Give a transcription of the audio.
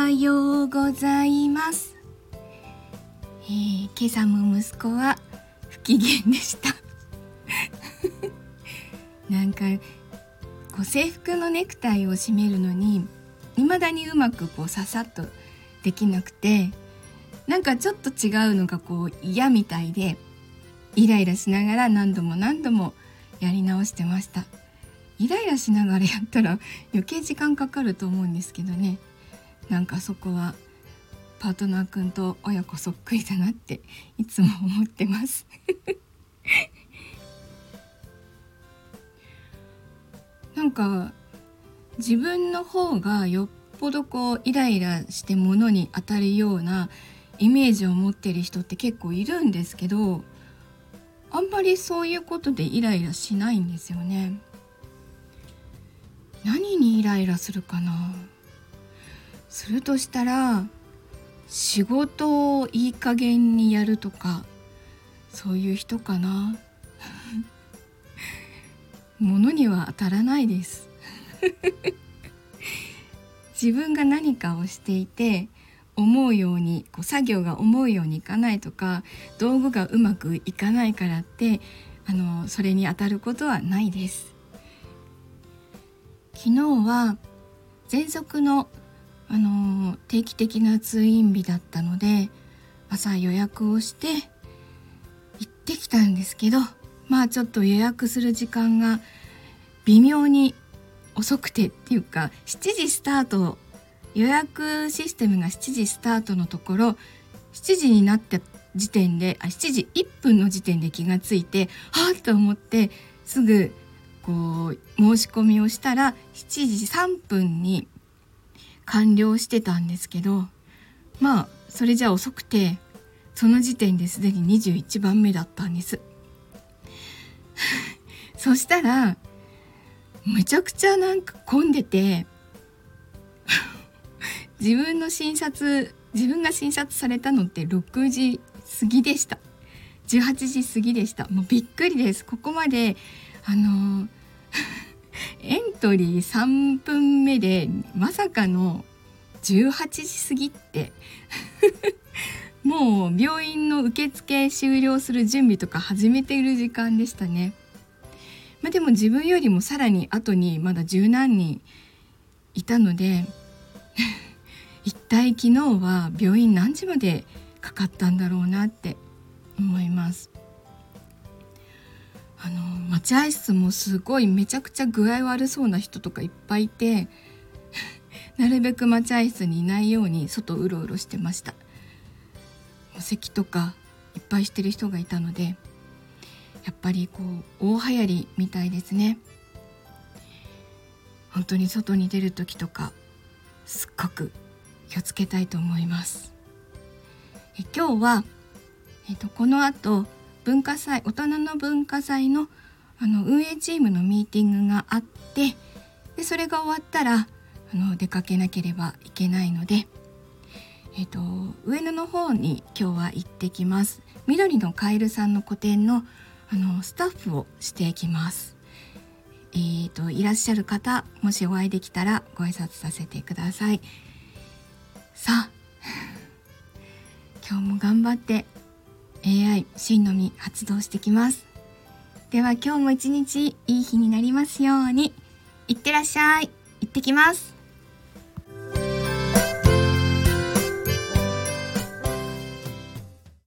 はようございます。今朝も息子は不機嫌でしたなんか制服のネクタイを締めるのに未だにうまくささっとできなくて、なんかちょっと違うのが嫌みたいで、イライラしながら何度もやり直してました。イライラしながらやったら余計時間かかると思うんですけどね。なんかそこはパートナーくんと親子そっくりだなっていつも思ってますなんか自分の方がよっぽどイライラして物に当たるようなイメージを持ってる人って結構いるんですけど、あんまりそういうことでイライラしないんですよね。何にイライラするかな。するとしたら仕事をいい加減にやるとか、そういう人かな物には当たらないです自分が何かをしていて思うように作業が思うようにいかないとか、道具がうまくいかないからってそれに当たることはないです。昨日は喘息の定期的な通院日だったので、朝予約をして行ってきたんですけど、ちょっと予約する時間が微妙に遅くてっていうか、7時スタート、予約システムが7時スタートのところ、7時になった時点で7時1分の時点で気がついて、はぁと思ってすぐ申し込みをしたら7時3分に完了してたんですけど、それじゃ遅くて、その時点ですでに21番目だったんですそしたらめちゃくちゃ混んでて自分が診察されたのって6時過ぎでした。18時過ぎでした。もうびっくりです。ここまでエントリー3分目でまさかの18時過ぎってもう病院の受付終了する準備とか始めている時間でしたね。でも自分よりもさらに後にまだ十何人いたので一体昨日は病院何時までかかったんだろうなって思います。待合室もすごいめちゃくちゃ具合悪そうな人とかいっぱいいてなるべく待合室にいないように外うろうろしてました。咳とかいっぱいしてる人がいたので、やっぱり大流行りみたいですね。本当に外に出る時とかすっごく気をつけたいと思います。今日は、この後文化祭、大人の文化祭の運営チームのミーティングがあって、でそれが終わったら出かけなければいけないので、上野の方に今日は行ってきます。緑のカエルさんの個展のスタッフをしていきます。いらっしゃる方、もしお会いできたらご挨拶させてください。さあ今日も頑張って AI 真の実発動してきます。では今日も一日いい日になりますように。いってらっしゃい。行ってきます。